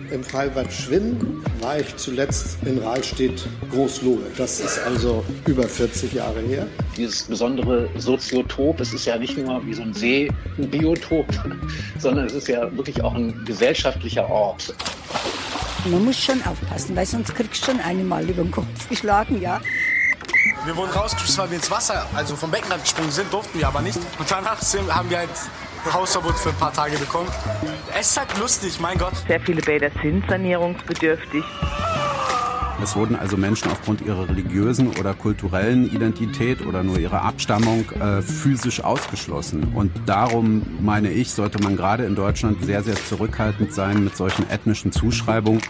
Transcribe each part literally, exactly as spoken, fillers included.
Im Freibad schwimmen war ich zuletzt in Rahlstedt-Großlohe. Das ist also über vierzig Jahre her. Dieses besondere Soziotop, es ist ja nicht nur wie so ein See, ein Biotop, sondern es ist ja wirklich auch ein gesellschaftlicher Ort. Man muss schon aufpassen, weil sonst kriegst du schon einmal über den Kopf geschlagen, ja. Wir wurden rausgeschmissen, weil wir ins Wasser, also vom Beckenrand gesprungen sind, durften wir aber nicht. Und danach sind, haben wir halt Hausverbot für ein paar Tage bekommen. Es ist halt lustig, mein Gott. Sehr viele Bäder sind sanierungsbedürftig. Es wurden also Menschen aufgrund ihrer religiösen oder kulturellen Identität oder nur ihrer Abstammung äh, physisch ausgeschlossen. Und darum, meine ich, sollte man gerade in Deutschland sehr, sehr zurückhaltend sein mit solchen ethnischen Zuschreibungen.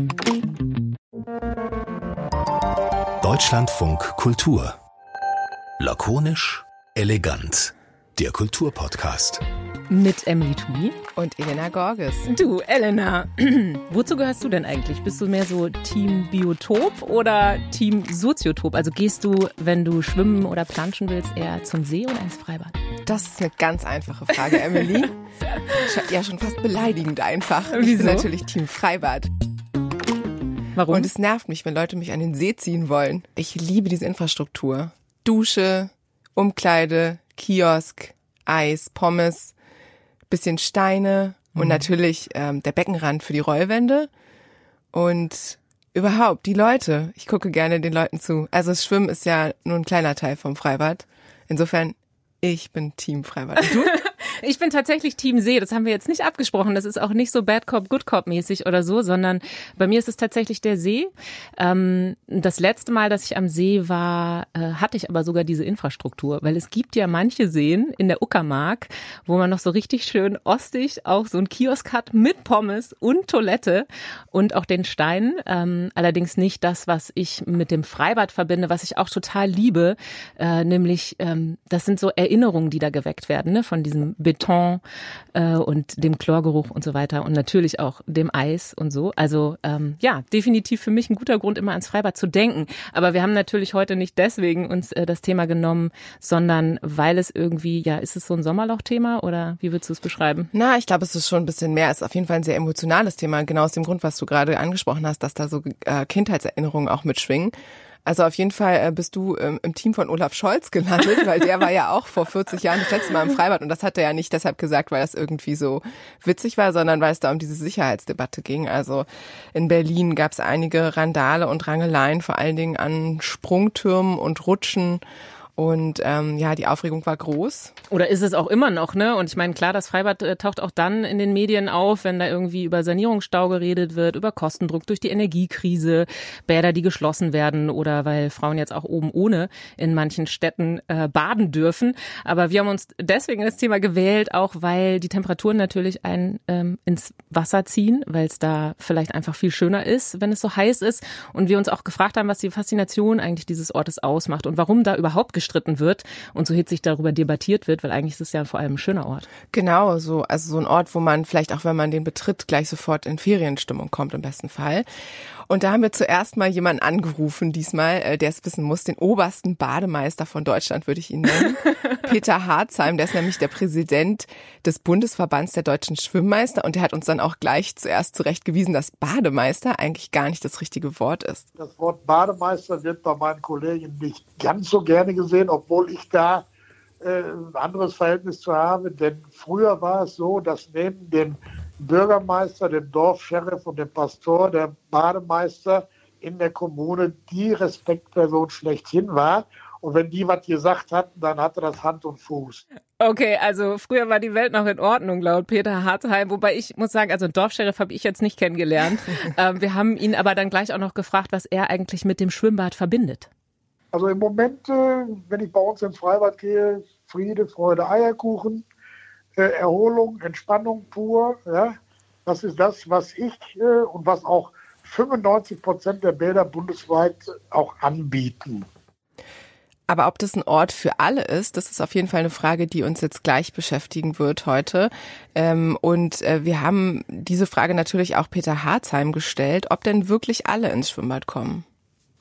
Deutschlandfunk Kultur. Lakonisch, elegant. Der Kulturpodcast. Mit Emily Tumi und Elena Gorges. Du, Elena, wozu gehörst du denn eigentlich? Bist du mehr so Team Biotop oder Team Soziotop? Also gehst du, wenn du schwimmen oder planschen willst, eher zum See oder ins Freibad? Das ist eine ganz einfache Frage, Emily. Ja, schon fast beleidigend einfach. Wieso? Ich bin natürlich Team Freibad. Warum? Und es nervt mich, wenn Leute mich an den See ziehen wollen. Ich liebe diese Infrastruktur. Dusche, Umkleide, Kiosk, Eis, Pommes, bisschen Steine mhm. und natürlich ähm, der Beckenrand für die Rollwände und überhaupt die Leute. Ich gucke gerne den Leuten zu. Also das Schwimmen ist ja nur ein kleiner Teil vom Freibad. Insofern, ich bin Team Freibad. Und du? Ich bin tatsächlich Team See. Das haben wir jetzt nicht abgesprochen. Das ist auch nicht so Bad Cop, Good Cop mäßig oder so, sondern bei mir ist es tatsächlich der See. Ähm, das letzte Mal, dass ich am See war, äh, hatte ich aber sogar diese Infrastruktur, weil es gibt ja manche Seen in der Uckermark, wo man noch so richtig schön ostig auch so einen Kiosk hat mit Pommes und Toilette und auch den Stein. Ähm, allerdings nicht das, was ich mit dem Freibad verbinde, was ich auch total liebe, äh, nämlich ähm, das sind so Erinnerungen, die da geweckt werden, ne, von diesem Beton äh, und dem Chlorgeruch und so weiter und natürlich auch dem Eis und so. Also ähm, ja, definitiv für mich ein guter Grund, immer ans Freibad zu denken. Aber wir haben natürlich heute nicht deswegen uns äh, das Thema genommen, sondern weil es irgendwie, ja, ist es so ein Sommerloch-Thema oder wie würdest du es beschreiben? Na, ich glaube, es ist schon ein bisschen mehr. Es ist auf jeden Fall ein sehr emotionales Thema, genau aus dem Grund, was du gerade angesprochen hast, dass da so äh, Kindheitserinnerungen auch mitschwingen. Also auf jeden Fall bist du ähm, im Team von Olaf Scholz gelandet, weil der war ja auch vor vierzig Jahren das letzte Mal im Freibad und das hat er ja nicht deshalb gesagt, weil das irgendwie so witzig war, sondern weil es da um diese Sicherheitsdebatte ging. Also in Berlin gab es einige Randale und Rangeleien, vor allen Dingen an Sprungtürmen und Rutschen. Und ähm, ja, die Aufregung war groß. Oder ist es auch immer noch, ne? Und ich meine, klar, das Freibad äh, taucht auch dann in den Medien auf, wenn da irgendwie über Sanierungsstau geredet wird, über Kostendruck durch die Energiekrise, Bäder, die geschlossen werden oder weil Frauen jetzt auch oben ohne in manchen Städten äh, baden dürfen. Aber wir haben uns deswegen das Thema gewählt, auch weil die Temperaturen natürlich einen ähm, ins Wasser ziehen, weil es da vielleicht einfach viel schöner ist, wenn es so heiß ist. Und wir uns auch gefragt haben, was die Faszination eigentlich dieses Ortes ausmacht und warum da überhaupt gestritten wird und so hitzig darüber debattiert wird, weil eigentlich ist es ja vor allem ein schöner Ort. Genau, so, also so ein Ort, wo man vielleicht auch, wenn man den betritt, gleich sofort in Ferienstimmung kommt im besten Fall. Und da haben wir zuerst mal jemanden angerufen, diesmal, der es wissen muss, den obersten Bademeister von Deutschland, würde ich ihn nennen. Peter Harzheim, der ist nämlich der Präsident des Bundesverbands der deutschen Schwimmmeister und der hat uns dann auch gleich zuerst zurechtgewiesen, dass Bademeister eigentlich gar nicht das richtige Wort ist. Das Wort Bademeister wird bei meinen Kollegen nicht ganz so gerne gesehen, obwohl ich da äh, ein anderes Verhältnis zu habe, denn früher war es so, dass neben dem Bürgermeister, dem Dorfscheriff und dem Pastor, der Bademeister in der Kommune die Respektperson schlechthin war. Und wenn die was gesagt hatten, dann hatte das Hand und Fuß. Okay, also früher war die Welt noch in Ordnung, laut Peter Harzheim. Wobei ich muss sagen, also Dorfscheriff habe ich jetzt nicht kennengelernt. ähm, wir haben ihn aber dann gleich auch noch gefragt, was er eigentlich mit dem Schwimmbad verbindet. Also im Moment, äh, wenn ich bei uns ins Freibad gehe, Friede, Freude, Eierkuchen. Erholung, Entspannung pur, ja, das ist das, was ich äh, und was auch fünfundneunzig Prozent der Bäder bundesweit auch anbieten. Aber ob das ein Ort für alle ist, das ist auf jeden Fall eine Frage, die uns jetzt gleich beschäftigen wird heute. Ähm, und äh, wir haben diese Frage natürlich auch Peter Harzheim gestellt, ob denn wirklich alle ins Schwimmbad kommen.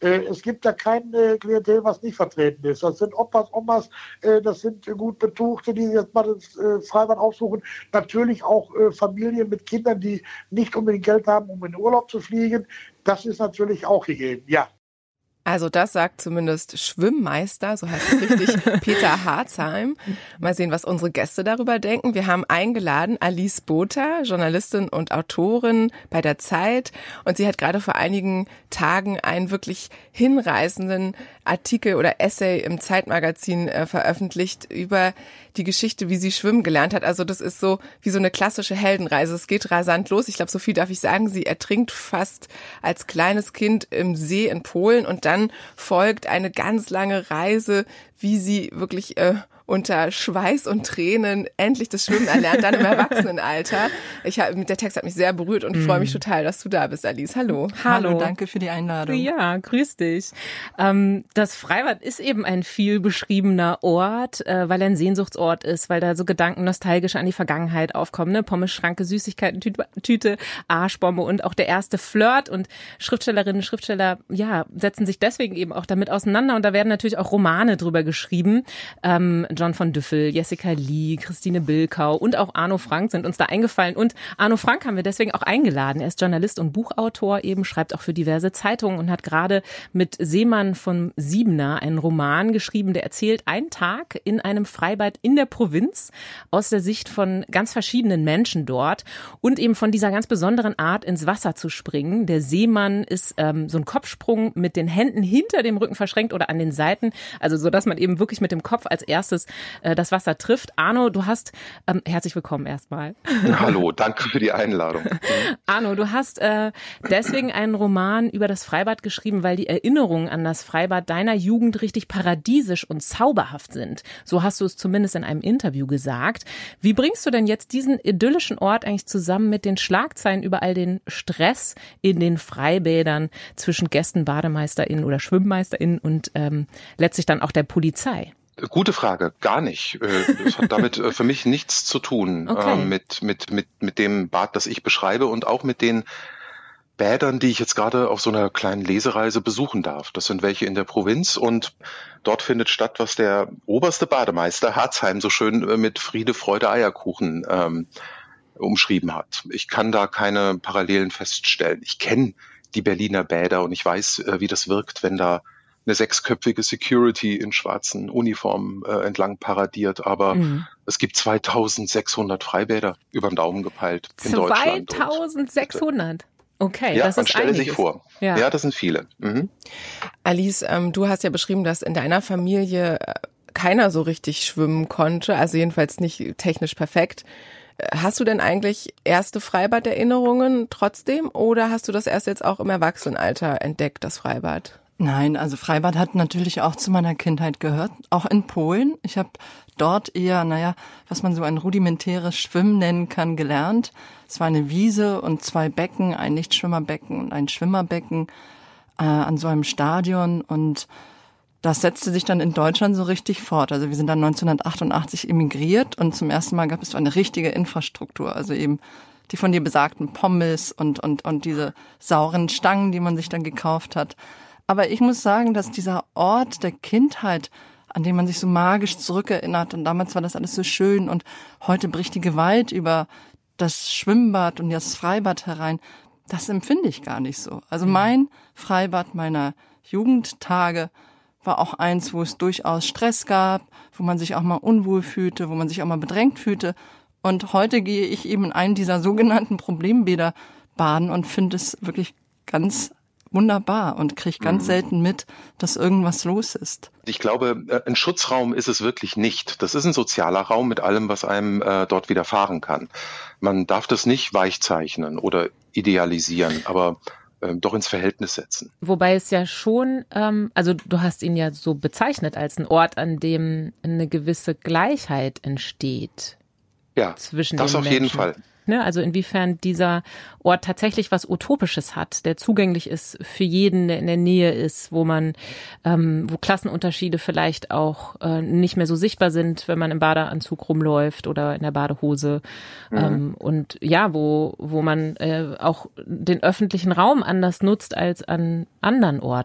Äh, es gibt da kein äh, Klientel, was nicht vertreten ist. Das sind Opas, Omas, äh, das sind äh, gut Betuchte, die jetzt mal das äh, Freibad aufsuchen. Natürlich auch äh, Familien mit Kindern, die nicht unbedingt Geld haben, um in den Urlaub zu fliegen. Das ist natürlich auch gegeben, ja. Also das sagt zumindest Schwimmmeister, so heißt es richtig, Peter Harzheim. Mal sehen, was unsere Gäste darüber denken. Wir haben eingeladen Alice Botha, Journalistin und Autorin bei der Zeit. Und sie hat gerade vor einigen Tagen einen wirklich hinreißenden Artikel oder Essay im Zeitmagazin äh, veröffentlicht über die Geschichte, wie sie schwimmen gelernt hat. Also das ist so wie so eine klassische Heldenreise. Es geht rasant los. Ich glaube, so viel darf ich sagen. Sie ertrinkt fast als kleines Kind im See in Polen und dann folgt eine ganz lange Reise, wie sie wirklich äh, unter Schweiß und Tränen endlich das Schwimmen erlernt, dann im Erwachsenenalter. Ich hab, der Text hat mich sehr berührt und ich freue mich total, dass du da bist, Alice. Hallo. Hallo. Hallo, danke für die Einladung. Ja, grüß dich. Ähm, das Freibad ist eben ein viel beschriebener Ort, äh, weil er ein Sehnsuchtsort ist, weil da so Gedanken nostalgisch an die Vergangenheit aufkommen. Ne? Pommes, Schranke, Süßigkeiten, Tüte, Tüte, Arschbombe und auch der erste Flirt. Und Schriftstellerinnen und Schriftsteller, ja, setzen sich deswegen eben auch damit auseinander. Und da werden natürlich auch Romane drüber geschrieben. Ähm, John von Düffel, Jessica Lee, Christine Bilkau und auch Arno Frank sind uns da eingefallen. Und Arno Frank haben wir deswegen auch eingeladen. Er ist Journalist und Buchautor, eben schreibt auch für diverse Zeitungen und hat gerade mit Seemann von Siebener einen Roman geschrieben, der erzählt einen Tag in einem Freibad in der Provinz aus der Sicht von ganz verschiedenen Menschen dort und eben von dieser ganz besonderen Art, ins Wasser zu springen. Der Seemann ist ähm, so ein Kopfsprung mit den Händen hinter dem Rücken verschränkt oder an den Seiten, also so, dass man eben wirklich mit dem Kopf als erstes äh, das Wasser trifft. Arno, du hast, ähm, herzlich willkommen erstmal. Hallo, danke für die Einladung. Arno, du hast äh, deswegen einen Roman über das Freibad geschrieben, weil die Erinnerungen an das Freibad deiner Jugend richtig paradiesisch und zauberhaft sind. So hast du es zumindest in einem Interview gesagt. Wie bringst du denn jetzt diesen idyllischen Ort eigentlich zusammen mit den Schlagzeilen über all den Stress in den Freibädern zwischen Gästen, BademeisterInnen oder SchwimmmeisterInnen und ähm, letztlich dann auch der Polizei? Gute Frage, gar nicht. Das hat damit für mich nichts zu tun, okay. mit, mit, mit, mit dem Bad, das ich beschreibe und auch mit den Bädern, die ich jetzt gerade auf so einer kleinen Lesereise besuchen darf. Das sind welche in der Provinz und dort findet statt, was der oberste Bademeister Harzheim so schön mit Friede, Freude, Eierkuchen ähm, umschrieben hat. Ich kann da keine Parallelen feststellen. Ich kenne die Berliner Bäder und ich weiß, wie das wirkt, wenn da eine sechsköpfige Security in schwarzen Uniformen äh, entlang paradiert, aber mhm. es gibt zweitausendsechshundert Freibäder über den Daumen gepeilt in Deutschland. zweitausendsechshundert? Okay, ja, das man ist stelle einiges. sich vor. Ja. ja, das sind viele. Mhm. Alice, ähm, du hast ja beschrieben, dass in deiner Familie keiner so richtig schwimmen konnte, also jedenfalls nicht technisch perfekt. Hast du denn eigentlich erste Freibad-Erinnerungen trotzdem oder hast du das erst jetzt auch im Erwachsenenalter entdeckt, das Freibad? Nein, also Freibad hat natürlich auch zu meiner Kindheit gehört, auch in Polen. Ich habe dort eher, naja, was man so ein rudimentäres Schwimmen nennen kann, gelernt. Es war eine Wiese und zwei Becken, ein Nichtschwimmerbecken und ein Schwimmerbecken äh, an so einem Stadion und das setzte sich dann in Deutschland so richtig fort. Also wir sind dann neunzehnhundertachtundachtzig emigriert und zum ersten Mal gab es so eine richtige Infrastruktur, also eben die von dir besagten Pommes und, und, und diese sauren Stangen, die man sich dann gekauft hat. Aber ich muss sagen, dass dieser Ort der Kindheit, an den man sich so magisch zurückerinnert und damals war das alles so schön und heute bricht die Gewalt über das Schwimmbad und das Freibad herein, das empfinde ich gar nicht so. Also mein Freibad meiner Jugendtage war auch eins, wo es durchaus Stress gab, wo man sich auch mal unwohl fühlte, wo man sich auch mal bedrängt fühlte. Und heute gehe ich eben in einen dieser sogenannten Problembäder baden und finde es wirklich ganz wunderbar und kriege ganz selten mit, dass irgendwas los ist. Ich glaube, ein Schutzraum ist es wirklich nicht. Das ist ein sozialer Raum mit allem, was einem äh, dort widerfahren kann. Man darf das nicht weichzeichnen oder idealisieren, aber äh, doch ins Verhältnis setzen. Wobei es ja schon, ähm, also du hast ihn ja so bezeichnet als ein Ort, an dem eine gewisse Gleichheit entsteht. Ja, zwischen das den auf Menschen. Jeden Fall. Ne, also inwiefern dieser Ort tatsächlich was Utopisches hat, der zugänglich ist für jeden, der in der Nähe ist, wo man, ähm, wo Klassenunterschiede vielleicht auch äh, nicht mehr so sichtbar sind, wenn man im Badeanzug rumläuft oder in der Badehose. Mhm. Ähm, und ja, wo wo man äh, auch den öffentlichen Raum anders nutzt als an anderen Orten.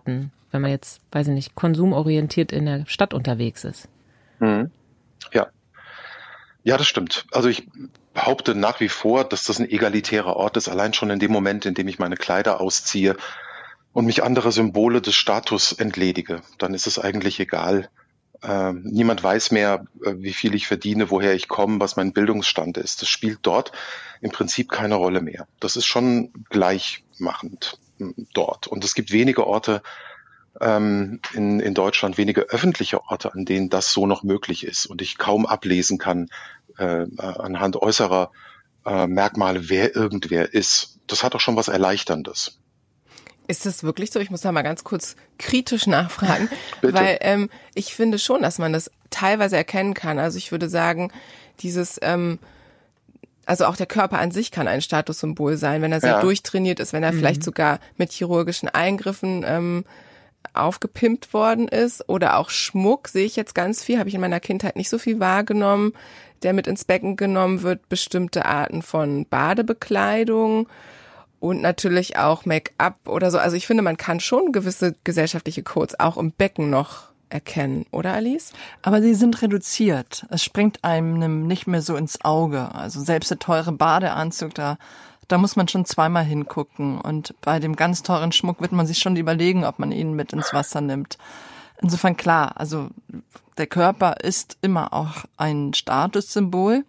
wenn man jetzt, weiß ich nicht, konsumorientiert in der Stadt unterwegs ist. Mhm. Ja. Ja, das stimmt. Also ich behaupte nach wie vor, dass das ein egalitärer Ort ist, allein schon in dem Moment, in dem ich meine Kleider ausziehe und mich anderer Symbole des Status entledige. Dann ist es eigentlich egal. Ähm, niemand weiß mehr, äh, wie viel ich verdiene, woher ich komme, was mein Bildungsstand ist. Das spielt dort im Prinzip keine Rolle mehr. Das ist schon gleichmachend m, dort. Und es gibt wenige Orte ähm, in, in Deutschland, wenige öffentliche Orte, an denen das so noch möglich ist und ich kaum ablesen kann äh, anhand äußerer äh, Merkmale, wer irgendwer ist. Das hat auch schon was Erleichterndes. Ist das wirklich so? Ich muss da mal ganz kurz kritisch nachfragen, Bitte. weil ähm, ich finde schon, dass man das teilweise erkennen kann. Also ich würde sagen, dieses, ähm, also auch der Körper an sich kann ein Statussymbol sein, wenn er sehr Ja. durchtrainiert ist, wenn er Mhm. vielleicht sogar mit chirurgischen Eingriffen ähm, aufgepimpt worden ist, oder auch Schmuck sehe ich jetzt ganz viel, habe ich in meiner Kindheit nicht so viel wahrgenommen, der mit ins Becken genommen wird, bestimmte Arten von Badebekleidung. Und natürlich auch Make-up oder so. Also ich finde, man kann schon gewisse gesellschaftliche Codes auch im Becken noch erkennen, oder Alice? Aber sie sind reduziert. Es springt einem nicht mehr so ins Auge. Also selbst der teure Badeanzug, da, da muss man schon zweimal hingucken. Und bei dem ganz teuren Schmuck wird man sich schon überlegen, ob man ihn mit ins Wasser nimmt. Insofern klar, also der Körper ist immer auch ein Statussymbol,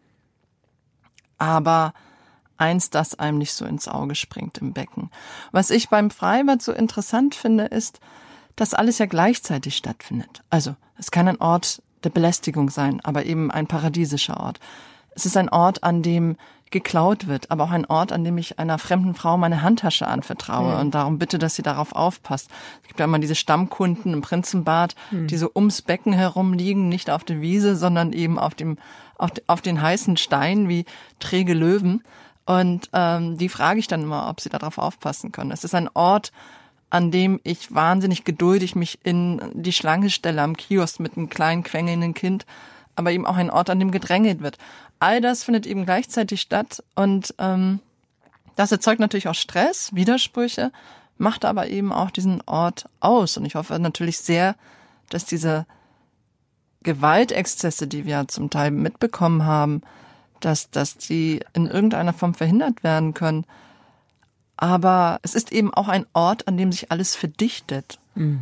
aber eins, das einem nicht so ins Auge springt im Becken. Was ich beim Freibad so interessant finde, ist, dass alles ja gleichzeitig stattfindet. Also es kann ein Ort der Belästigung sein, aber eben ein paradiesischer Ort. Es ist ein Ort, an dem geklaut wird, aber auch ein Ort, an dem ich einer fremden Frau meine Handtasche anvertraue Mhm. und darum bitte, dass sie darauf aufpasst. Es gibt ja immer diese Stammkunden im Prinzenbad, Mhm. die so ums Becken herum liegen, nicht auf der Wiese, sondern eben auf dem auf, auf den heißen Steinen wie träge Löwen. Und ähm, die frage ich dann immer, ob sie darauf aufpassen können. Es ist ein Ort, an dem ich wahnsinnig geduldig mich in die Schlange stelle am Kiosk mit einem kleinen quengelnden Kind, aber eben auch ein Ort, an dem gedrängelt wird. All das findet eben gleichzeitig statt und ähm, das erzeugt natürlich auch Stress, Widersprüche, macht aber eben auch diesen Ort aus. Und ich hoffe natürlich sehr, dass diese Gewaltexzesse, die wir zum Teil mitbekommen haben, dass, dass die in irgendeiner Form verhindert werden können. Aber es ist eben auch ein Ort, an dem sich alles verdichtet Mhm.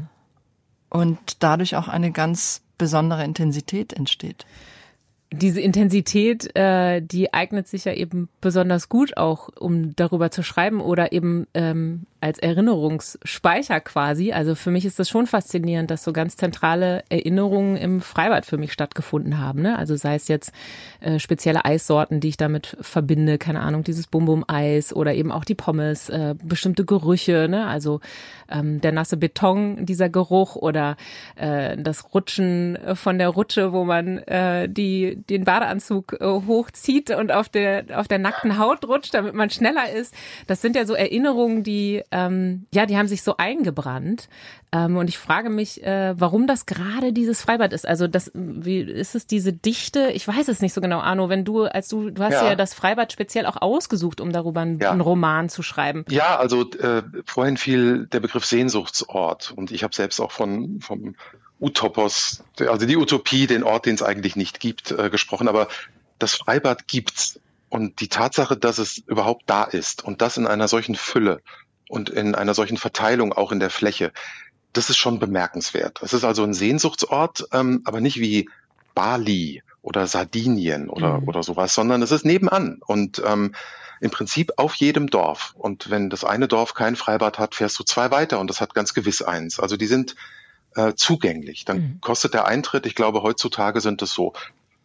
und dadurch auch eine ganz besondere Intensität entsteht. Diese Intensität, äh, die eignet sich ja eben besonders gut auch, um darüber zu schreiben oder eben ähm, als Erinnerungsspeicher quasi. Also für mich ist das schon faszinierend, dass so ganz zentrale Erinnerungen im Freibad für mich stattgefunden haben. Ne? Also sei es jetzt äh, spezielle Eissorten, die ich damit verbinde, keine Ahnung, dieses Bum-Bum-Eis oder eben auch die Pommes, äh, bestimmte Gerüche, ne? Also ähm, der nasse Beton, dieser Geruch oder äh, das Rutschen von der Rutsche, wo man äh, die den Badeanzug äh, hochzieht und auf der auf der nackten Haut rutscht, damit man schneller ist. Das sind ja so Erinnerungen, die ähm, ja, die haben sich so eingebrannt. Ähm, und ich frage mich, äh, warum das gerade dieses Freibad ist. Also das, wie ist es diese Dichte? Ich weiß es nicht so genau, Arno. Wenn du, als du, du hast ja, Ja. ja das Freibad speziell auch ausgesucht, um darüber einen, Ja. einen Roman zu schreiben. Ja, also äh, vorhin fiel der Begriff Sehnsuchtsort und ich habe selbst auch von vom Utopos, also die Utopie, den Ort, den es eigentlich nicht gibt, äh, gesprochen. Aber das Freibad gibt's und die Tatsache, dass es überhaupt da ist und das in einer solchen Fülle und in einer solchen Verteilung auch in der Fläche, das ist schon bemerkenswert. Es ist also ein Sehnsuchtsort, ähm, aber nicht wie Bali oder Sardinien oder Mhm. oder sowas, sondern es ist nebenan und ähm, im Prinzip auf jedem Dorf. Und wenn das eine Dorf kein Freibad hat, fährst du zwei weiter und das hat ganz gewiss eins. Also die sind äh, zugänglich. Dann Mhm. kostet der Eintritt, ich glaube heutzutage sind es so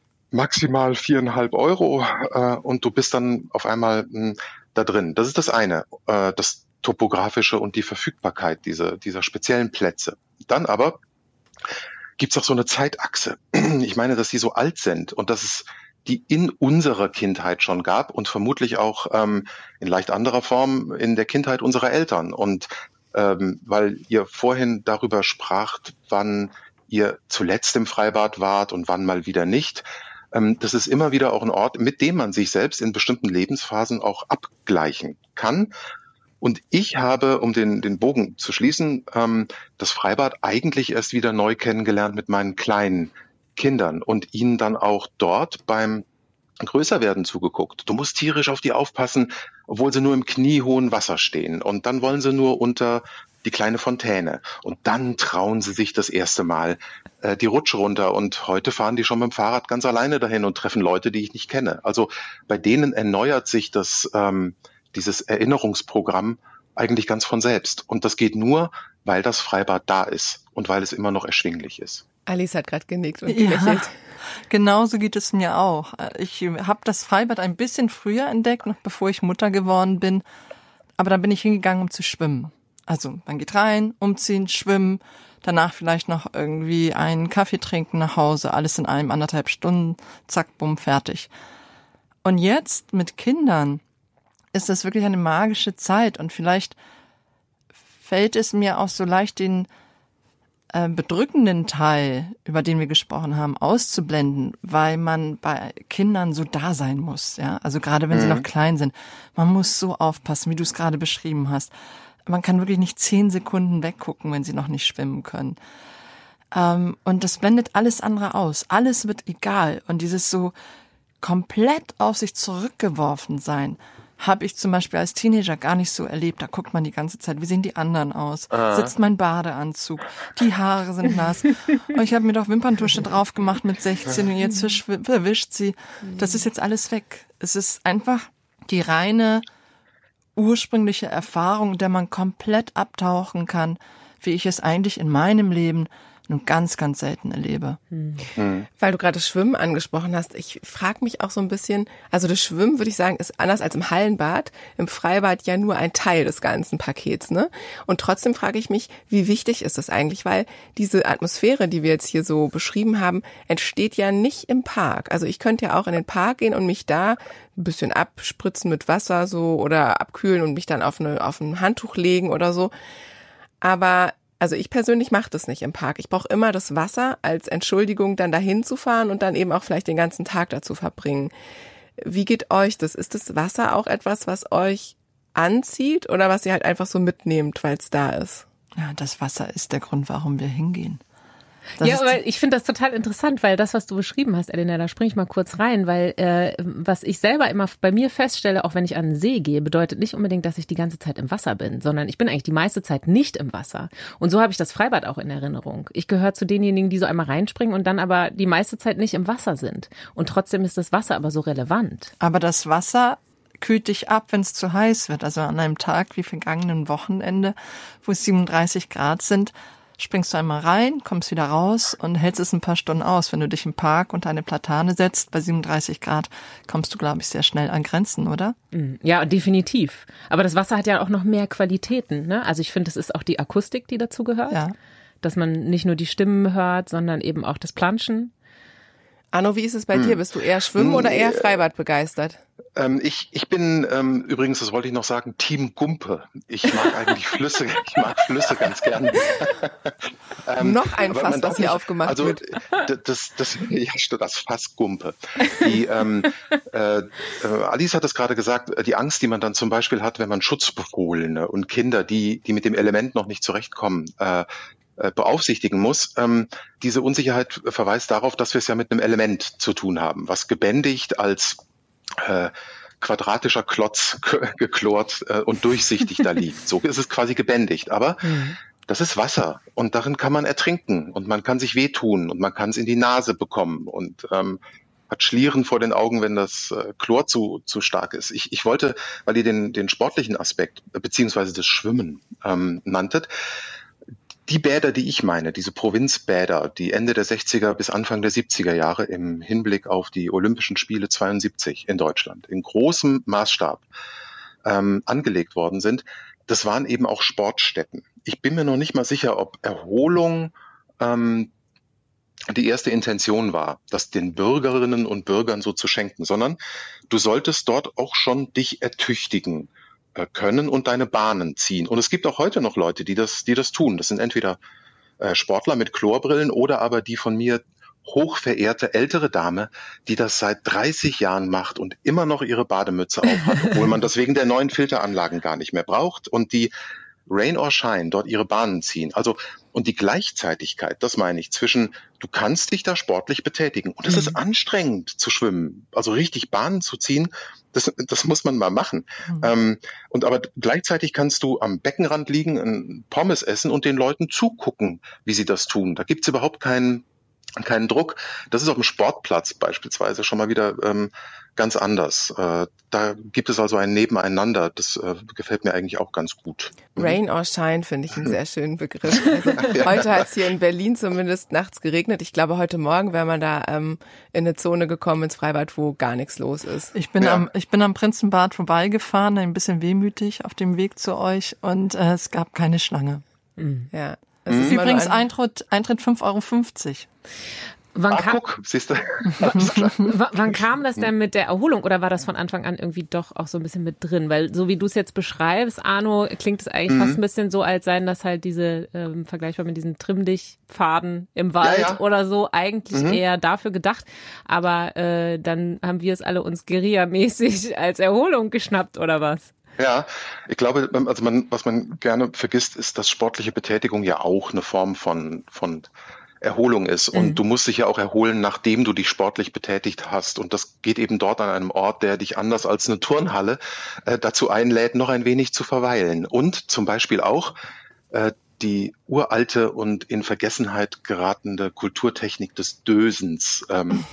maximal viereinhalb Euro äh, und du bist dann auf einmal mh, da drin. Das ist das eine, äh, das Topografische und die Verfügbarkeit dieser, dieser speziellen Plätze. Dann aber gibt's auch so eine Zeitachse. Ich meine, dass die so alt sind und dass es die in unserer Kindheit schon gab und vermutlich auch ähm, in leicht anderer Form in der Kindheit unserer Eltern. Und ähm, weil ihr vorhin darüber spracht, wann ihr zuletzt im Freibad wart und wann mal wieder nicht, ähm, das ist immer wieder auch ein Ort, mit dem man sich selbst in bestimmten Lebensphasen auch abgleichen kann. Und ich habe, um den, den Bogen zu schließen, ähm, das Freibad eigentlich erst wieder neu kennengelernt mit meinen kleinen Kindern und ihnen dann auch dort beim Größerwerden zugeguckt. Du musst tierisch auf die aufpassen, obwohl sie nur im kniehohen Wasser stehen. Und dann wollen sie nur unter die kleine Fontäne. Und dann trauen sie sich das erste Mal äh, die Rutsche runter. Und heute fahren die schon mit dem Fahrrad ganz alleine dahin und treffen Leute, die ich nicht kenne. Also bei denen erneuert sich das ähm, dieses Erinnerungsprogramm eigentlich ganz von selbst. Und das geht nur, weil das Freibad da ist und weil es immer noch erschwinglich ist. Alice hat gerade genickt und ja, gelächelt. Genauso geht es mir auch. Ich habe das Freibad ein bisschen früher entdeckt, noch bevor ich Mutter geworden bin. Aber da bin ich hingegangen, um zu schwimmen. Also man geht rein, umziehen, schwimmen, danach vielleicht noch irgendwie einen Kaffee trinken nach Hause, alles in einem anderthalb Stunden, zack, bumm, fertig. Und jetzt mit Kindern ist das wirklich eine magische Zeit und vielleicht fällt es mir auch so leicht, den äh, bedrückenden Teil, über den wir gesprochen haben, auszublenden, weil man bei Kindern so da sein muss. Ja, also gerade wenn mhm. sie noch klein sind, man muss so aufpassen, wie du es gerade beschrieben hast. Man kann wirklich nicht zehn Sekunden weggucken, wenn sie noch nicht schwimmen können. Ähm, und das blendet alles andere aus. Alles wird egal. Und dieses so komplett auf sich zurückgeworfen sein, habe ich zum Beispiel als Teenager gar nicht so erlebt. Da guckt man die ganze Zeit, wie sehen die anderen aus? Ah. Sitzt mein Badeanzug? Die Haare sind nass. Und ich habe mir doch Wimperntusche drauf gemacht mit sechzehn und jetzt verwischt sie. Das ist jetzt alles weg. Es ist einfach die reine ursprüngliche Erfahrung, in der man komplett abtauchen kann, wie ich es eigentlich in meinem Leben nur ganz, ganz selten erlebe. Hm. Hm. Weil du gerade das Schwimmen angesprochen hast, ich frage mich auch so ein bisschen, also das Schwimmen, würde ich sagen, ist anders als im Hallenbad, im Freibad ja nur ein Teil des ganzen Pakets, ne? Und trotzdem frage ich mich, wie wichtig ist das eigentlich? Weil diese Atmosphäre, die wir jetzt hier so beschrieben haben, entsteht ja nicht im Park. Also ich könnte ja auch in den Park gehen und mich da ein bisschen abspritzen mit Wasser so oder abkühlen und mich dann auf eine auf ein Handtuch legen oder so. Aber also ich persönlich mache das nicht im Park. Ich brauche immer das Wasser als Entschuldigung, dann dahin zu fahren und dann eben auch vielleicht den ganzen Tag dazu verbringen. Wie geht euch das? Ist das Wasser auch etwas, was euch anzieht oder was ihr halt einfach so mitnehmt, weil es da ist? Ja, das Wasser ist der Grund, warum wir hingehen. Das ja, aber ich finde das total interessant, weil das, was du beschrieben hast, Elena, da springe ich mal kurz rein, weil äh, was ich selber immer bei mir feststelle, auch wenn ich an den See gehe, bedeutet nicht unbedingt, dass ich die ganze Zeit im Wasser bin, sondern ich bin eigentlich die meiste Zeit nicht im Wasser. Und so habe ich das Freibad auch in Erinnerung. Ich gehöre zu denjenigen, die so einmal reinspringen und dann aber die meiste Zeit nicht im Wasser sind. Und trotzdem ist das Wasser aber so relevant. Aber das Wasser kühlt dich ab, wenn es zu heiß wird. Also an einem Tag wie vergangenen Wochenende, wo es siebenunddreißig Grad sind, springst du einmal rein, kommst wieder raus und hältst es ein paar Stunden aus. Wenn du dich im Park unter eine Platane setzt, bei siebenunddreißig Grad, kommst du, glaube ich, sehr schnell an Grenzen, oder? Ja, definitiv. Aber das Wasser hat ja auch noch mehr Qualitäten, ne? Also ich finde, es ist auch die Akustik, die dazu gehört. Ja. Dass man nicht nur die Stimmen hört, sondern eben auch das Planschen. Arno, wie ist es bei hm. dir? Bist du eher Schwimmen oder eher Freibad begeistert? Ähm, ich, ich bin ähm, übrigens, das wollte ich noch sagen, Team Gumpe. Ich mag eigentlich Flüsse, ich mag Flüsse ganz gerne. ähm, Noch ein Fass, was hier aufgemacht also, wird. Das, das, ja, das Fass Gumpe. Die, ähm, äh, Alice hat es gerade gesagt, die Angst, die man dann zum Beispiel hat, wenn man Schutzbefohlene und Kinder, die, die mit dem Element noch nicht zurechtkommen, äh, beaufsichtigen muss. Ähm, diese Unsicherheit verweist darauf, dass wir es ja mit einem Element zu tun haben, was gebändigt als äh, quadratischer Klotz geklort äh, und durchsichtig da liegt. So ist es quasi gebändigt. Aber mhm. das ist Wasser und darin kann man ertrinken und man kann sich wehtun und man kann es in die Nase bekommen und ähm, hat Schlieren vor den Augen, wenn das äh, Chlor zu, zu stark ist. Ich, ich wollte, weil ihr den, den sportlichen Aspekt beziehungsweise das Schwimmen ähm, nanntet, die Bäder, die ich meine, diese Provinzbäder, die Ende der sechziger bis Anfang der siebziger Jahre im Hinblick auf die Olympischen Spiele zweiundsiebzig in Deutschland in großem Maßstab ähm, angelegt worden sind, das waren eben auch Sportstätten. Ich bin mir noch nicht mal sicher, ob Erholung ähm, die erste Intention war, das den Bürgerinnen und Bürgern so zu schenken, sondern du solltest dort auch schon dich ertüchtigen können und deine Bahnen ziehen. Und es gibt auch heute noch Leute, die das, die das tun. Das sind entweder äh, Sportler mit Chlorbrillen oder aber die von mir hochverehrte ältere Dame, die das seit dreißig Jahren macht und immer noch ihre Bademütze aufhat, obwohl man das wegen der neuen Filteranlagen gar nicht mehr braucht und die Rain or Shine dort ihre Bahnen ziehen. Also, und die Gleichzeitigkeit, das meine ich, zwischen, du kannst dich da sportlich betätigen und es mhm. ist anstrengend zu schwimmen, also richtig Bahnen zu ziehen, das, das muss man mal machen. Mhm. Ähm, und aber gleichzeitig kannst du am Beckenrand liegen, ein Pommes essen und den Leuten zugucken, wie sie das tun. Da gibt's überhaupt keinen keinen Druck. Das ist auf dem Sportplatz beispielsweise schon mal wieder ähm, ganz anders. Äh, da gibt es also ein Nebeneinander. Das äh, gefällt mir eigentlich auch ganz gut. Rain or Shine finde ich einen sehr schönen Begriff. Also, ja. Heute hat es hier in Berlin zumindest nachts geregnet. Ich glaube, heute Morgen wäre man da ähm, in eine Zone gekommen ins Freibad, wo gar nichts los ist. Ich bin, ja. am, ich bin am Prinzenbad vorbeigefahren, ein bisschen wehmütig auf dem Weg zu euch und äh, es gab keine Schlange. Mhm. Ja. Es ist übrigens ein Eintritt, Eintritt fünf Euro fünfzig. Wann, ah, kam, guck, siehst du. w- wann kam das denn mit der Erholung oder war das von Anfang an irgendwie doch auch so ein bisschen mit drin? Weil so wie du es jetzt beschreibst, Arno, klingt es eigentlich mhm. fast ein bisschen so, als seien das halt diese, ähm, vergleichbar mit diesen Trimm-Dich-Pfaden im Wald ja, ja. oder so, eigentlich mhm. eher dafür gedacht. Aber äh, dann haben wir es alle uns Guerilla-mäßig als Erholung geschnappt oder was? Ja, ich glaube, also man, was man gerne vergisst, ist, dass sportliche Betätigung ja auch eine Form von, von Erholung ist. Und mhm. du musst dich ja auch erholen, nachdem du dich sportlich betätigt hast. Und das geht eben dort an einem Ort, der dich anders als eine Turnhalle äh, dazu einlädt, noch ein wenig zu verweilen. Und zum Beispiel auch äh, die uralte und in Vergessenheit geratene Kulturtechnik des Dösens ähm,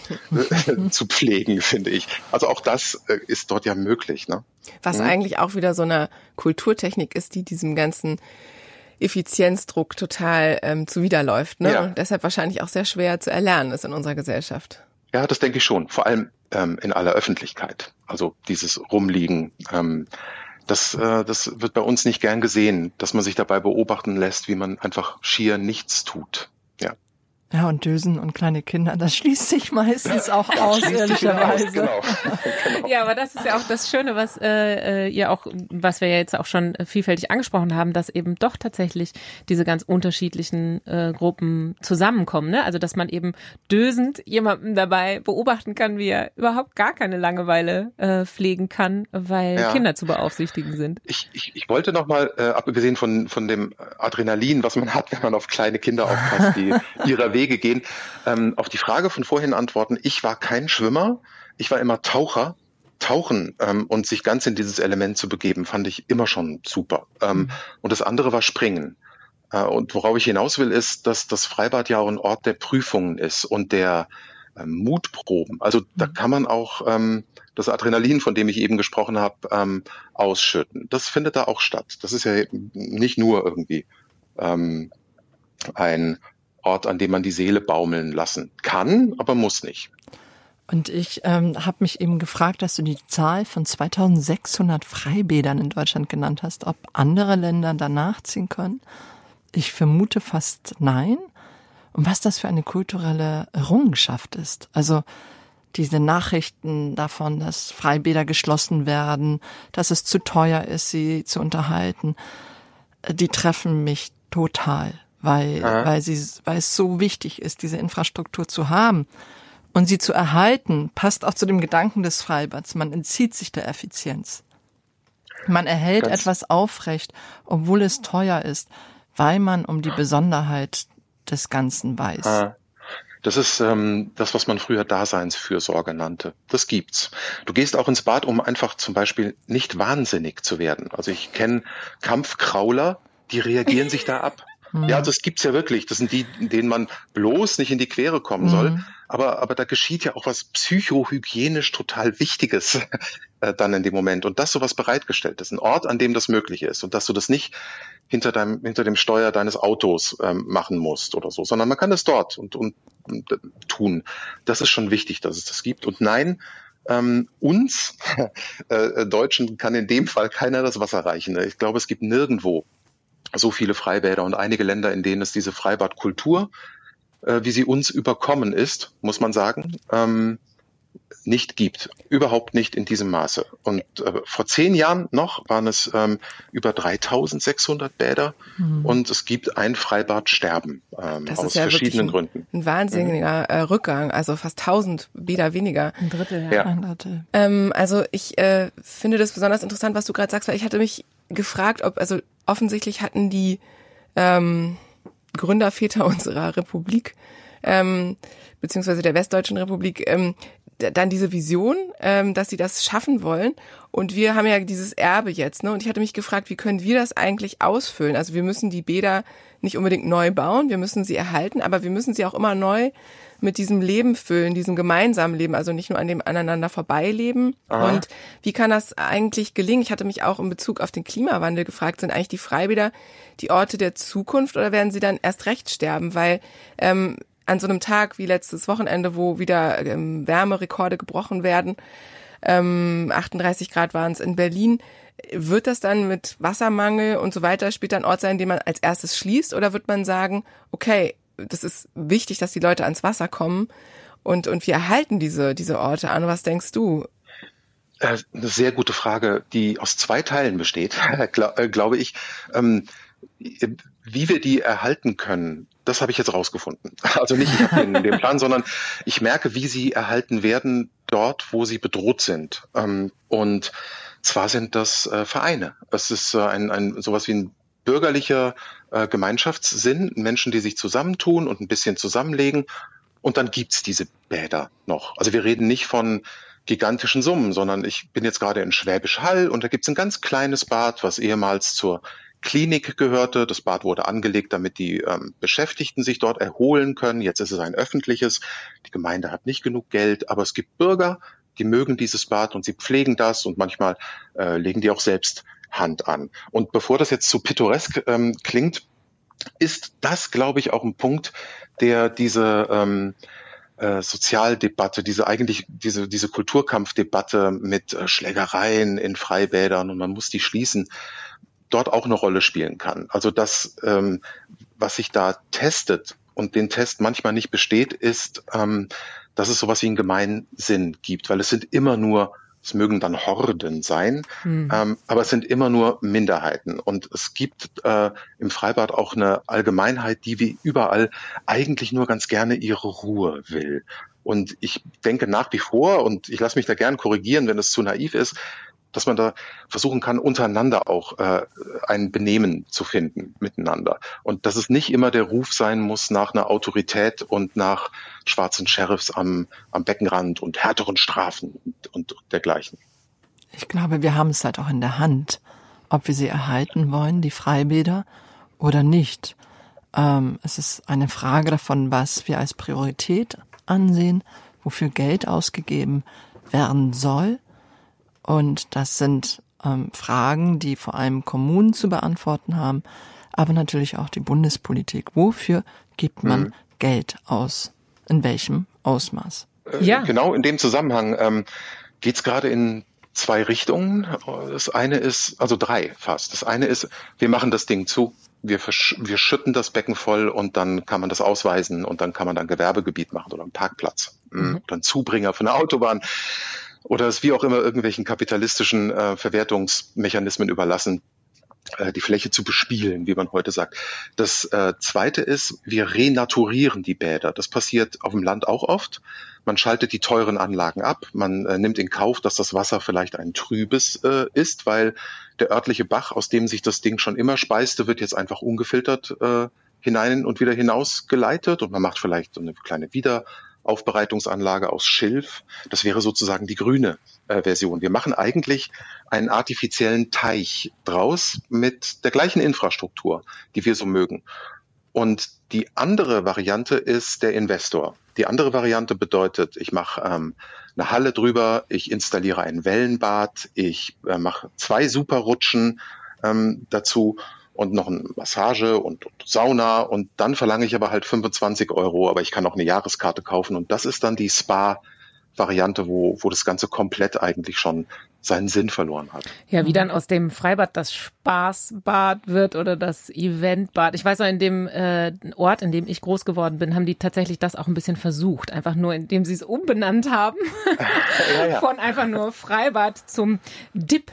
zu pflegen, finde ich. Also auch das äh, ist dort ja möglich, ne? Was mhm. eigentlich auch wieder so eine Kulturtechnik ist, die diesem ganzen Effizienzdruck total ähm, zuwiderläuft, ne? Ja. Und deshalb wahrscheinlich auch sehr schwer zu erlernen ist in unserer Gesellschaft. Ja, das denke ich schon. Vor allem ähm, in aller Öffentlichkeit. Also dieses Rumliegen, ähm, Das, äh, das wird bei uns nicht gern gesehen, dass man sich dabei beobachten lässt, wie man einfach schier nichts tut. Ja. Ja, und Dösen und kleine Kinder, das schließt sich meistens auch ja, aus, ehrlicherweise. Genau. Genau. Ja, aber das ist ja auch das Schöne, was äh, ihr auch, was wir ja jetzt auch schon vielfältig angesprochen haben, dass eben doch tatsächlich diese ganz unterschiedlichen äh, Gruppen zusammenkommen, ne? Also dass man eben dösend jemanden dabei beobachten kann, wie er überhaupt gar keine Langeweile äh, pflegen kann, weil ja. Kinder zu beaufsichtigen sind. Ich, ich, ich wollte nochmal, äh, abgesehen von, von dem Adrenalin, was man hat, wenn man auf kleine Kinder aufpasst, die ihrer Wege gehen, ähm, auf die Frage von vorhin antworten. Ich war kein Schwimmer, ich war immer Taucher. Tauchen ähm, und sich ganz in dieses Element zu begeben, fand ich immer schon super. Ähm, mhm. Und das andere war Springen. Äh, und worauf ich hinaus will, ist, dass das Freibad ja auch ein Ort der Prüfungen ist und der ähm, Mutproben. Also mhm. da kann man auch ähm, das Adrenalin, von dem ich eben gesprochen habe, ähm, ausschütten. Das findet da auch statt. Das ist ja nicht nur irgendwie ähm, ein Ort, an dem man die Seele baumeln lassen kann, aber muss nicht. Und ich ähm, habe mich eben gefragt, dass du die Zahl von zweitausendsechshundert Freibädern in Deutschland genannt hast, ob andere Länder danach ziehen können. Ich vermute fast nein. Und was das für eine kulturelle Errungenschaft ist. Also diese Nachrichten davon, dass Freibäder geschlossen werden, dass es zu teuer ist, sie zu unterhalten, die treffen mich total. Weil, Aha. weil sie, weil es so wichtig ist, diese Infrastruktur zu haben und sie zu erhalten, passt auch zu dem Gedanken des Freibads. Man entzieht sich der Effizienz. Man erhält Ganz etwas aufrecht, obwohl es teuer ist, weil man um die Besonderheit des Ganzen weiß. Aha. Das ist ähm, das, was man früher Daseinsfürsorge nannte. Das gibt's. Du gehst auch ins Bad, um einfach zum Beispiel nicht wahnsinnig zu werden. Also ich kenne Kampfkrauler, die reagieren sich da ab. Ja, das gibt's ja wirklich. Das sind die, denen man bloß nicht in die Quere kommen soll. Mhm. Aber, aber da geschieht ja auch was psychohygienisch total Wichtiges äh, dann in dem Moment. Und dass sowas bereitgestellt ist, ein Ort, an dem das möglich ist und dass du das nicht hinter deinem, hinter dem Steuer deines Autos ähm, machen musst oder so, sondern man kann das dort und, und, und äh, tun. Das ist schon wichtig, dass es das gibt. Und nein, ähm, uns äh, Deutschen kann in dem Fall keiner das Wasser reichen. Ich glaube, es gibt nirgendwo so viele Freibäder und einige Länder, in denen es diese Freibadkultur, äh, wie sie uns überkommen ist, muss man sagen, ähm, nicht gibt. Überhaupt nicht in diesem Maße. Und äh, vor zehn Jahren noch waren es ähm, über dreitausendsechshundert Bäder mhm. und es gibt ein Freibadsterben ähm, das aus ist ja verschiedenen ein, Gründen. Ein wahnsinniger mhm. äh, Rückgang, also fast tausend Bäder weniger. Ein Drittel, ja. ja. Ein Drittel. Ähm, also ich äh, finde das besonders interessant, was du gerade sagst, weil ich hatte mich gefragt, ob, also offensichtlich hatten die ähm, Gründerväter unserer Republik, ähm, beziehungsweise der Westdeutschen Republik, ähm, dann diese Vision, ähm, dass sie das schaffen wollen. Und wir haben ja dieses Erbe jetzt, ne? Und ich hatte mich gefragt, wie können wir das eigentlich ausfüllen? Also wir müssen die Bäder nicht unbedingt neu bauen, wir müssen sie erhalten, aber wir müssen sie auch immer neu mit diesem Leben füllen, diesem gemeinsamen Leben, also nicht nur an dem aneinander vorbeileben. Aha. Und wie kann das eigentlich gelingen? Ich hatte mich auch in Bezug auf den Klimawandel gefragt, sind eigentlich die Freibäder die Orte der Zukunft oder werden sie dann erst recht sterben? Weil ähm, an so einem Tag wie letztes Wochenende, wo wieder ähm, Wärmerekorde gebrochen werden, ähm, achtunddreißig Grad waren es in Berlin, wird das dann mit Wassermangel und so weiter später ein Ort sein, den man als erstes schließt? Oder wird man sagen, okay, das ist wichtig, dass die Leute ans Wasser kommen und, und wir erhalten diese, diese Orte an? Was denkst du? Äh, eine sehr gute Frage, die aus zwei Teilen besteht, glaub, äh, glaube ich. Ähm, wie wir die erhalten können, das habe ich jetzt rausgefunden. Also nicht ich habe den, den Plan, sondern ich merke, wie sie erhalten werden dort, wo sie bedroht sind. Ähm, und zwar sind das äh, Vereine. Es ist äh, ein, ein sowas wie ein bürgerlicher äh, Gemeinschaftssinn, Menschen, die sich zusammentun und ein bisschen zusammenlegen. Und dann gibt's diese Bäder noch. Also wir reden nicht von gigantischen Summen, sondern ich bin jetzt gerade in Schwäbisch Hall und da gibt's ein ganz kleines Bad, was ehemals zur Klinik gehörte. Das Bad wurde angelegt, damit die ähm, Beschäftigten sich dort erholen können. Jetzt ist es ein öffentliches. Die Gemeinde hat nicht genug Geld, aber es gibt Bürger, die mögen dieses Bad und sie pflegen das und manchmal äh, legen die auch selbst Hand an. Und bevor das jetzt zu pittoresk ähm, klingt, ist das, glaube ich, auch ein Punkt, der diese ähm, äh, Sozialdebatte, diese eigentlich diese diese Kulturkampfdebatte mit äh, Schlägereien in Freibädern und man muss die schließen, dort auch eine Rolle spielen kann. Also das, ähm, was sich da testet und den Test manchmal nicht besteht, ist, ähm, dass es sowas wie einen Gemeinsinn gibt, weil es sind immer nur, es mögen dann Horden sein, mhm. ähm, aber es sind immer nur Minderheiten. Und es gibt äh, im Freibad auch eine Allgemeinheit, die wie überall eigentlich nur ganz gerne ihre Ruhe will. Und ich denke nach wie vor, und ich lasse mich da gern korrigieren, wenn es zu naiv ist, dass man da versuchen kann, untereinander auch äh, ein Benehmen zu finden miteinander. Und dass es nicht immer der Ruf sein muss nach einer Autorität und nach schwarzen Sheriffs am, am Beckenrand und härteren Strafen und, und dergleichen. Ich glaube, wir haben es halt auch in der Hand, ob wir sie erhalten wollen, die Freibäder, oder nicht. Ähm, es ist eine Frage davon, was wir als Priorität ansehen, wofür Geld ausgegeben werden soll. Und das sind ähm, Fragen, die vor allem Kommunen zu beantworten haben, aber natürlich auch die Bundespolitik. Wofür gibt man mhm. Geld aus? In welchem Ausmaß? Äh, ja. Genau in dem Zusammenhang ähm, geht es gerade in zwei Richtungen. Das eine ist, also drei fast. Das eine ist, wir machen das Ding zu, wir, versch- wir schütten das Becken voll und dann kann man das ausweisen und dann kann man dann Gewerbegebiet machen oder einen Parkplatz mhm. oder einen Zubringer für eine Autobahn. Oder es wie auch immer irgendwelchen kapitalistischen äh, Verwertungsmechanismen überlassen, äh, die Fläche zu bespielen, wie man heute sagt. Das äh, Zweite ist, wir renaturieren die Bäder. Das passiert auf dem Land auch oft. Man schaltet die teuren Anlagen ab. Man äh, nimmt in Kauf, dass das Wasser vielleicht ein trübes äh, ist, weil der örtliche Bach, aus dem sich das Ding schon immer speiste, wird jetzt einfach ungefiltert äh, hinein und wieder hinaus geleitet. Und man macht vielleicht so eine kleine Wieder Aufbereitungsanlage aus Schilf. Das wäre sozusagen die grüne äh, Version. Wir machen eigentlich einen artifiziellen Teich draus mit der gleichen Infrastruktur, die wir so mögen. Und die andere Variante ist der Investor. Die andere Variante bedeutet, ich mache ähm, eine Halle drüber, ich installiere ein Wellenbad, ich äh, mache zwei Superrutschen ähm, dazu und noch eine Massage und, und Sauna und dann verlange ich aber halt fünfundzwanzig Euro, aber ich kann auch eine Jahreskarte kaufen und das ist dann die Spa-Variante, wo, wo das Ganze komplett eigentlich schon seinen Sinn verloren hat. Ja, wie dann aus dem Freibad das Spaßbad wird oder das Eventbad. Ich weiß noch, in dem äh, Ort, in dem ich groß geworden bin, haben die tatsächlich das auch ein bisschen versucht. Einfach nur, indem sie es umbenannt haben. ja, ja. Von einfach nur Freibad zum Dip.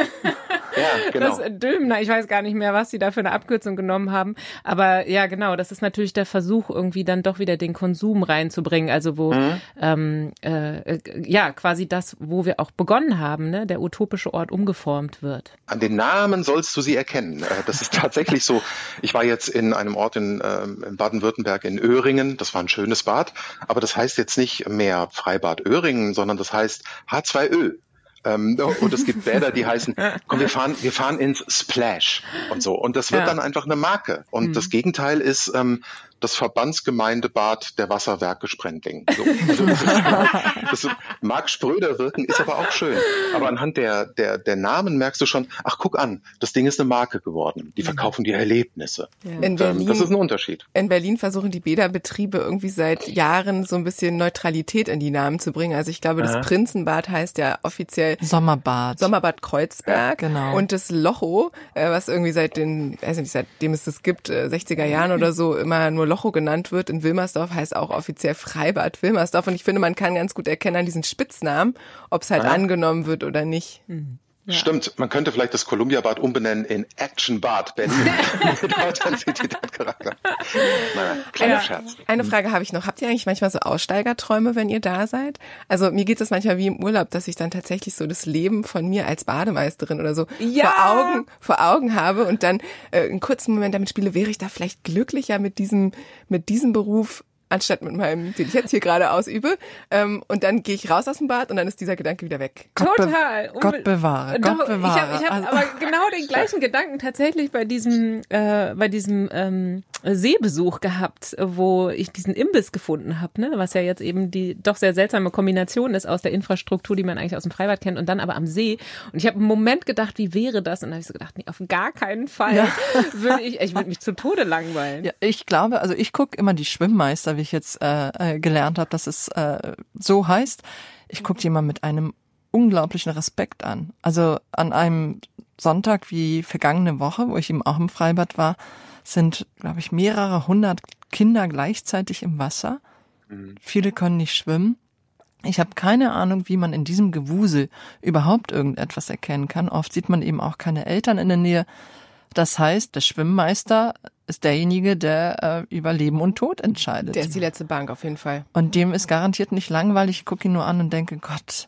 Ja, genau. Das Dömner, ich weiß gar nicht mehr, was sie da für eine Abkürzung genommen haben. Aber ja, genau, das ist natürlich der Versuch, irgendwie dann doch wieder den Konsum reinzubringen. Also wo, mhm. ähm, äh, ja, quasi das, wo wir auch begonnen haben, ne, der utopische Ort umgeformt wird. An den Namen sollst du sie erkennen. Das ist tatsächlich so. Ich war jetzt in einem Ort in, in Baden-Württemberg in Öhringen. Das war ein schönes Bad. Aber das heißt jetzt nicht mehr Freibad Öhringen, sondern das heißt H zwei Ö. Ähm, und es gibt Bäder, die heißen, komm, wir fahren, wir fahren ins Splash und so. Und das wird ja. dann einfach eine Marke. Und mhm. das Gegenteil ist ähm, das Verbandsgemeindebad der Wasserwerke Sprendling. So. Also das, ist, das mag spröder wirken, ist aber auch schön. Aber anhand der, der, der Namen merkst du schon, ach, guck an, das Ding ist eine Marke geworden. Die verkaufen dir Erlebnisse. Ja. In Berlin, das ist ein Unterschied. In Berlin versuchen die Bäderbetriebe irgendwie seit Jahren so ein bisschen Neutralität in die Namen zu bringen. Also ich glaube, das Aha. Prinzenbad heißt ja offiziell Sommerbad. Sommerbad Kreuzberg. Ja, genau. Und das Locho, was irgendwie seit den, weiß nicht, seitdem es das gibt, sechziger Jahren oder so, immer nur Locho genannt wird in Wilmersdorf, heißt auch offiziell Freibad Wilmersdorf. Und ich finde, man kann ganz gut erkennen an diesen Spitznamen, ob es halt Aha. angenommen wird oder nicht. Mhm. Ja. Stimmt, man könnte vielleicht das Columbia-Bad umbenennen in Action-Bad Berlin. Mit Authentizität-Charakter. Naja, kleiner eine, Scherz. Eine Frage habe ich noch. Habt ihr eigentlich manchmal so Aussteigerträume, wenn ihr da seid? Also mir geht es manchmal wie im Urlaub, dass ich dann tatsächlich so das Leben von mir als Bademeisterin oder so ja. vor Augen, vor Augen habe und dann äh, einen kurzen Moment damit spiele, wäre ich da vielleicht glücklicher mit diesem, mit diesem Beruf, anstatt mit meinem, den ich jetzt hier gerade ausübe. Ähm, und dann gehe ich raus aus dem Bad und dann ist dieser Gedanke wieder weg. Total. Gott, be- Gott bewahre, Doch, Gott bewahre. Ich habe ich hab also. aber genau den gleichen Gedanken tatsächlich bei diesem, äh, bei diesem ähm, Seebesuch gehabt, wo ich diesen Imbiss gefunden habe, ne? Was ja jetzt eben die doch sehr seltsame Kombination ist aus der Infrastruktur, die man eigentlich aus dem Freibad kennt und dann aber am See. Und ich habe einen Moment gedacht, wie wäre das? Und dann habe ich so gedacht, nee, auf gar keinen Fall ja. würde ich, ich würde mich zu Tode langweilen. Ja, ich glaube, also ich gucke immer die Schwimmmeister, wie ich jetzt äh, gelernt habe, dass es äh, so heißt. Ich gucke die immer mit einem unglaublichen Respekt an. Also an einem Sonntag wie vergangene Woche, wo ich eben auch im Freibad war, sind, glaube ich, mehrere hundert Kinder gleichzeitig im Wasser. Mhm. Viele können nicht schwimmen. Ich habe keine Ahnung, wie man in diesem Gewusel überhaupt irgendetwas erkennen kann. Oft sieht man eben auch keine Eltern in der Nähe. Das heißt, der Schwimmmeister ist derjenige, der äh, über Leben und Tod entscheidet. Der ist die letzte Bank auf jeden Fall. Und dem ist garantiert nicht langweilig. Ich gucke ihn nur an und denke, Gott,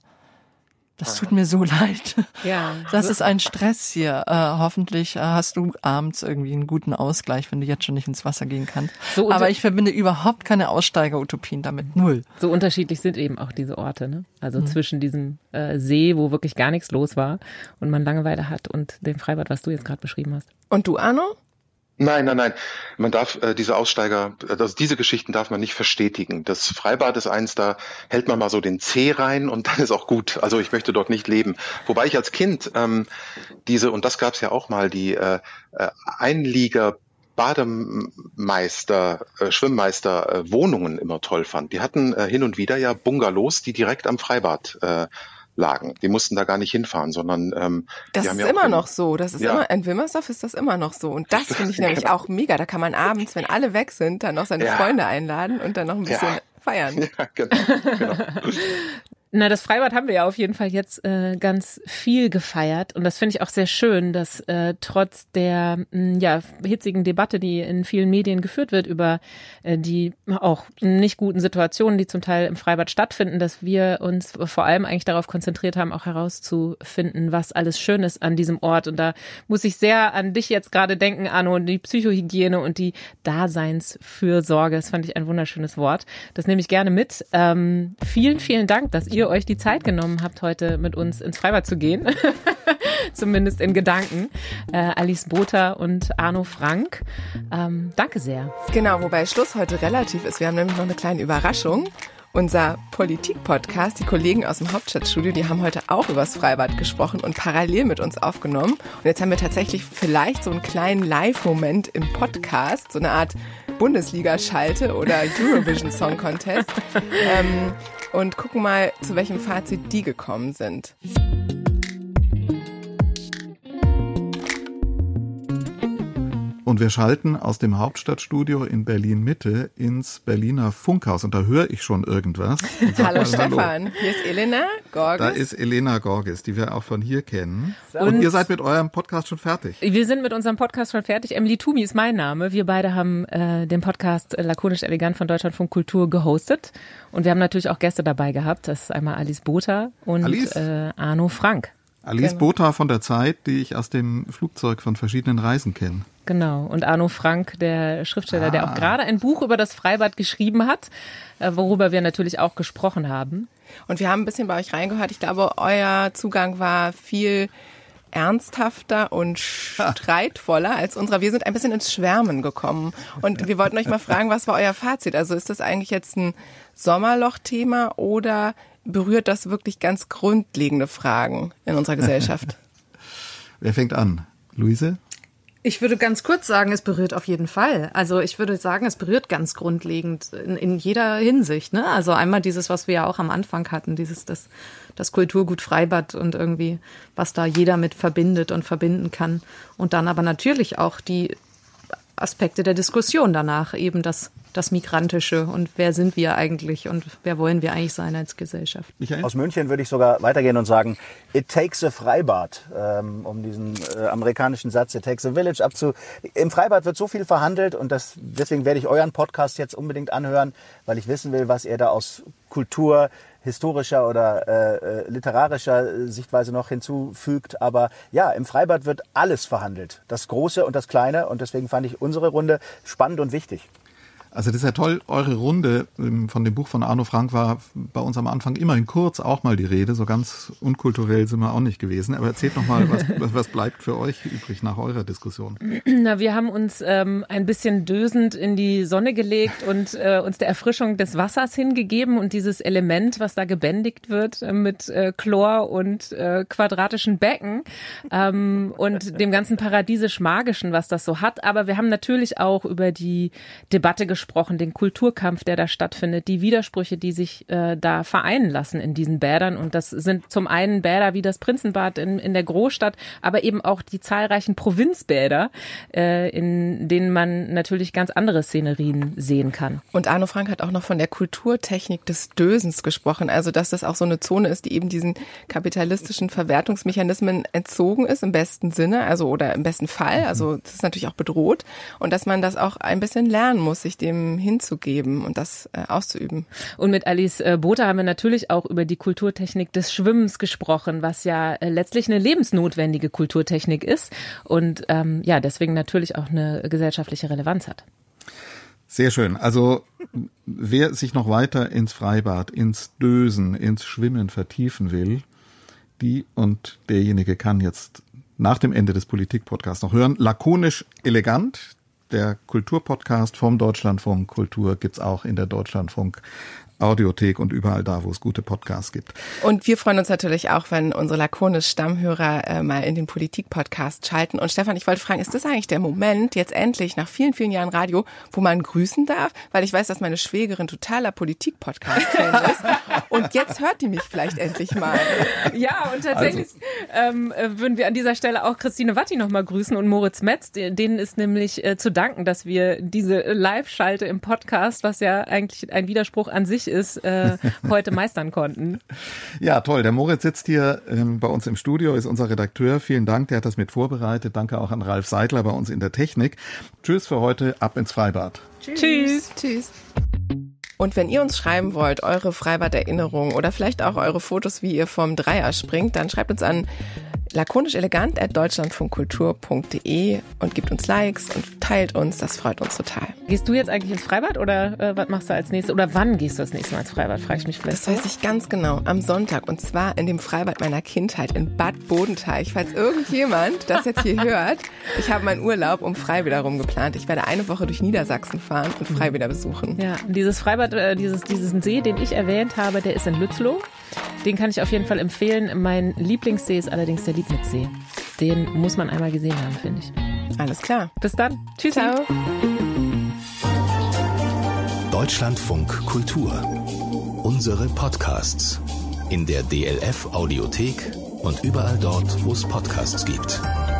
das tut mir so leid. Ja. Das ist ein Stress hier. Äh, hoffentlich äh, hast du abends irgendwie einen guten Ausgleich, wenn du jetzt schon nicht ins Wasser gehen kannst. So Aber ich verbinde überhaupt keine Aussteiger-Utopien damit. Null. So unterschiedlich sind eben auch diese Orte, ne? Also mhm. zwischen diesem äh, See, wo wirklich gar nichts los war und man Langeweile hat, und dem Freibad, was du jetzt gerade beschrieben hast. Und du, Arno? Nein, nein, nein. Man darf äh, diese Aussteiger, also diese Geschichten darf man nicht verstetigen. Das Freibad ist eins, da hält man mal so den Zeh rein und dann ist auch gut. Also ich möchte dort nicht leben. Wobei ich als Kind ähm, diese, und das gab es ja auch mal, die äh, Einlieger Bademeister, äh, Schwimmmeister äh, Wohnungen immer toll fand. Die hatten äh, hin und wieder ja Bungalows, die direkt am Freibad äh, lagen. Die mussten da gar nicht hinfahren, sondern ähm, das die haben ist ja immer auch noch so. Das ist ja. immer in Wilmersdorf ist das immer noch so. Und das finde ich nämlich auch mega. Da kann man abends, wenn alle weg sind, dann noch seine ja. Freunde einladen und dann noch ein bisschen ja. feiern. Ja, genau. genau. Na, das Freibad haben wir ja auf jeden Fall jetzt äh, ganz viel gefeiert, und das finde ich auch sehr schön, dass äh, trotz der mh, ja hitzigen Debatte, die in vielen Medien geführt wird über äh, die auch nicht guten Situationen, die zum Teil im Freibad stattfinden, dass wir uns vor allem eigentlich darauf konzentriert haben, auch herauszufinden, was alles schön ist an diesem Ort. Und da muss ich sehr an dich jetzt gerade denken, Arno, und die Psychohygiene und die Daseinsfürsorge. Das fand ich ein wunderschönes Wort. Das nehme ich gerne mit. Ähm, vielen, vielen Dank, dass ihr euch die Zeit genommen habt, heute mit uns ins Freibad zu gehen. Zumindest in Gedanken. Äh, Alice Botha und Arno Frank. Ähm, danke sehr. Genau, wobei Schluss heute relativ ist. Wir haben nämlich noch eine kleine Überraschung. Unser Politik-Podcast, die Kollegen aus dem Hauptstadtstudio, die haben heute auch übers Freibad gesprochen und parallel mit uns aufgenommen. Und jetzt haben wir tatsächlich vielleicht so einen kleinen Live-Moment im Podcast, so eine Art Bundesliga-Schalte oder Eurovision Song Contest. ähm, und gucken mal, zu welchem Fazit die gekommen sind. Und wir schalten aus dem Hauptstadtstudio in Berlin-Mitte ins Berliner Funkhaus. Und da höre ich schon irgendwas. Hallo Stefan, hallo. Hier ist Elena Gorges. Da ist Elena Gorges, die wir auch von hier kennen. Und, Und ihr seid mit eurem Podcast schon fertig. Wir sind mit unserem Podcast schon fertig. Emily Tumi ist mein Name. Wir beide haben äh, den Podcast äh, Lakonisch Elegant von Deutschlandfunk Kultur gehostet. Und wir haben natürlich auch Gäste dabei gehabt. Das ist einmal Alice Botha und äh, Arno Frank. Alice genau. Botha von der Zeit, die ich aus dem Flugzeug von verschiedenen Reisen kenne. Genau. Und Arno Frank, der Schriftsteller, ah. der auch gerade ein Buch über das Freibad geschrieben hat, worüber wir natürlich auch gesprochen haben. Und wir haben ein bisschen bei euch reingehört. Ich glaube, euer Zugang war viel ernsthafter und streitvoller als unserer. Wir sind ein bisschen ins Schwärmen gekommen. Und wir wollten euch mal fragen, was war euer Fazit? Also ist das eigentlich jetzt ein Sommerloch-Thema oder berührt das wirklich ganz grundlegende Fragen in unserer Gesellschaft? Wer fängt an? Luise? Ich würde ganz kurz sagen, es berührt auf jeden Fall. Also ich würde sagen, es berührt ganz grundlegend in, in jeder Hinsicht. Ne? Also einmal dieses, was wir ja auch am Anfang hatten, dieses das, das Kulturgut Freibad und irgendwie, was da jeder mit verbindet und verbinden kann. Und dann aber natürlich auch die Aspekte der Diskussion danach, eben das, das Migrantische und wer sind wir eigentlich und wer wollen wir eigentlich sein als Gesellschaft. Michael? Aus München würde ich sogar weitergehen und sagen, it takes a Freibad, ähm, um diesen äh, amerikanischen Satz, it takes a village abzu... Im Freibad wird so viel verhandelt und das, deswegen werde ich euren Podcast jetzt unbedingt anhören, weil ich wissen will, was ihr da aus Kultur, historischer oder äh, literarischer Sichtweise noch hinzufügt. Aber ja, im Freibad wird alles verhandelt. Das Große und das Kleine. Und deswegen fand ich unsere Runde spannend und wichtig. Also das ist ja toll, eure Runde von dem Buch von Arno Frank war bei uns am Anfang immerhin kurz auch mal die Rede, so ganz unkulturell sind wir auch nicht gewesen. Aber erzählt noch mal, was, was bleibt für euch übrig nach eurer Diskussion? Na, wir haben uns ähm, ein bisschen dösend in die Sonne gelegt und äh, uns der Erfrischung des Wassers hingegeben und dieses Element, was da gebändigt wird äh, mit äh, Chlor und äh, quadratischen Becken ähm, und dem ganzen paradiesisch-magischen, was das so hat. Aber wir haben natürlich auch über die Debatte gesprochen, den Kulturkampf, der da stattfindet, die Widersprüche, die sich äh, da vereinen lassen in diesen Bädern. Und das sind zum einen Bäder wie das Prinzenbad in, in der Großstadt, aber eben auch die zahlreichen Provinzbäder, äh, in denen man natürlich ganz andere Szenerien sehen kann. Und Arno Frank hat auch noch von der Kulturtechnik des Dösens gesprochen, also dass das auch so eine Zone ist, die eben diesen kapitalistischen Verwertungsmechanismen entzogen ist, im besten Sinne, also oder im besten Fall, also das ist natürlich auch bedroht und dass man das auch ein bisschen lernen muss, sich dem hinzugeben und das äh, auszuüben. Und mit Alice äh, Botha haben wir natürlich auch über die Kulturtechnik des Schwimmens gesprochen, was ja äh, letztlich eine lebensnotwendige Kulturtechnik ist und ähm, ja, deswegen natürlich auch eine gesellschaftliche Relevanz hat. Sehr schön. Also wer sich noch weiter ins Freibad, ins Dösen, ins Schwimmen vertiefen will, die und derjenige kann jetzt nach dem Ende des Politik-Podcasts noch hören. Lakonisch elegant. Der Kulturpodcast vom Deutschlandfunk Kultur gibt's auch in der Deutschlandfunk Audiothek und überall da, wo es gute Podcasts gibt. Und wir freuen uns natürlich auch, wenn unsere Lakonisch-Stammhörer äh, mal in den Politik-Podcast schalten. Und Stefan, ich wollte fragen, ist das eigentlich der Moment, jetzt endlich nach vielen, vielen Jahren Radio, wo man grüßen darf? Weil ich weiß, dass meine Schwägerin totaler Politik-Podcast-Fan ist. Und jetzt hört die mich vielleicht endlich mal. Ja, und tatsächlich also. ähm, würden wir an dieser Stelle auch Christine Watti noch mal grüßen und Moritz Metz. Denen ist nämlich äh, zu danken, dass wir diese Live-Schalte im Podcast, was ja eigentlich ein Widerspruch an sich ist, äh, heute meistern konnten. Ja, toll. Der Moritz sitzt hier ähm, bei uns im Studio, ist unser Redakteur. Vielen Dank, der hat das mit vorbereitet. Danke auch an Ralf Seidler bei uns in der Technik. Tschüss für heute, ab ins Freibad. Tschüss. Tschüss. Tschüss. Und wenn ihr uns schreiben wollt, eure Freibad-Erinnerungen oder vielleicht auch eure Fotos, wie ihr vom Dreier springt, dann schreibt uns an lakonischelegant at deutschlandfunkkultur punkt de und gebt uns Likes und teilt uns, das freut uns total. Gehst du jetzt eigentlich ins Freibad oder äh, was machst du als nächstes? Oder wann gehst du das nächste Mal ins Freibad, frage ich mich vielleicht. Das weiß ich ganz genau, am Sonntag und zwar in dem Freibad meiner Kindheit in Bad Bodenteich. Falls irgendjemand das jetzt hier hört, ich habe meinen Urlaub um Freibäder rum geplant. Ich werde eine Woche durch Niedersachsen fahren und Freibäder besuchen. Ja, dieses Freibad, äh, dieses, diesen See, den ich erwähnt habe, der ist in Lützlow. Den kann ich auf jeden Fall empfehlen. Mein Lieblingssee ist allerdings der Liegnitz-See. Den muss man einmal gesehen haben, finde ich. Alles klar. Bis dann. Tschüss. Ciao. Deutschlandfunk Kultur. Unsere Podcasts. In der D L F Audiothek und überall dort, wo es Podcasts gibt.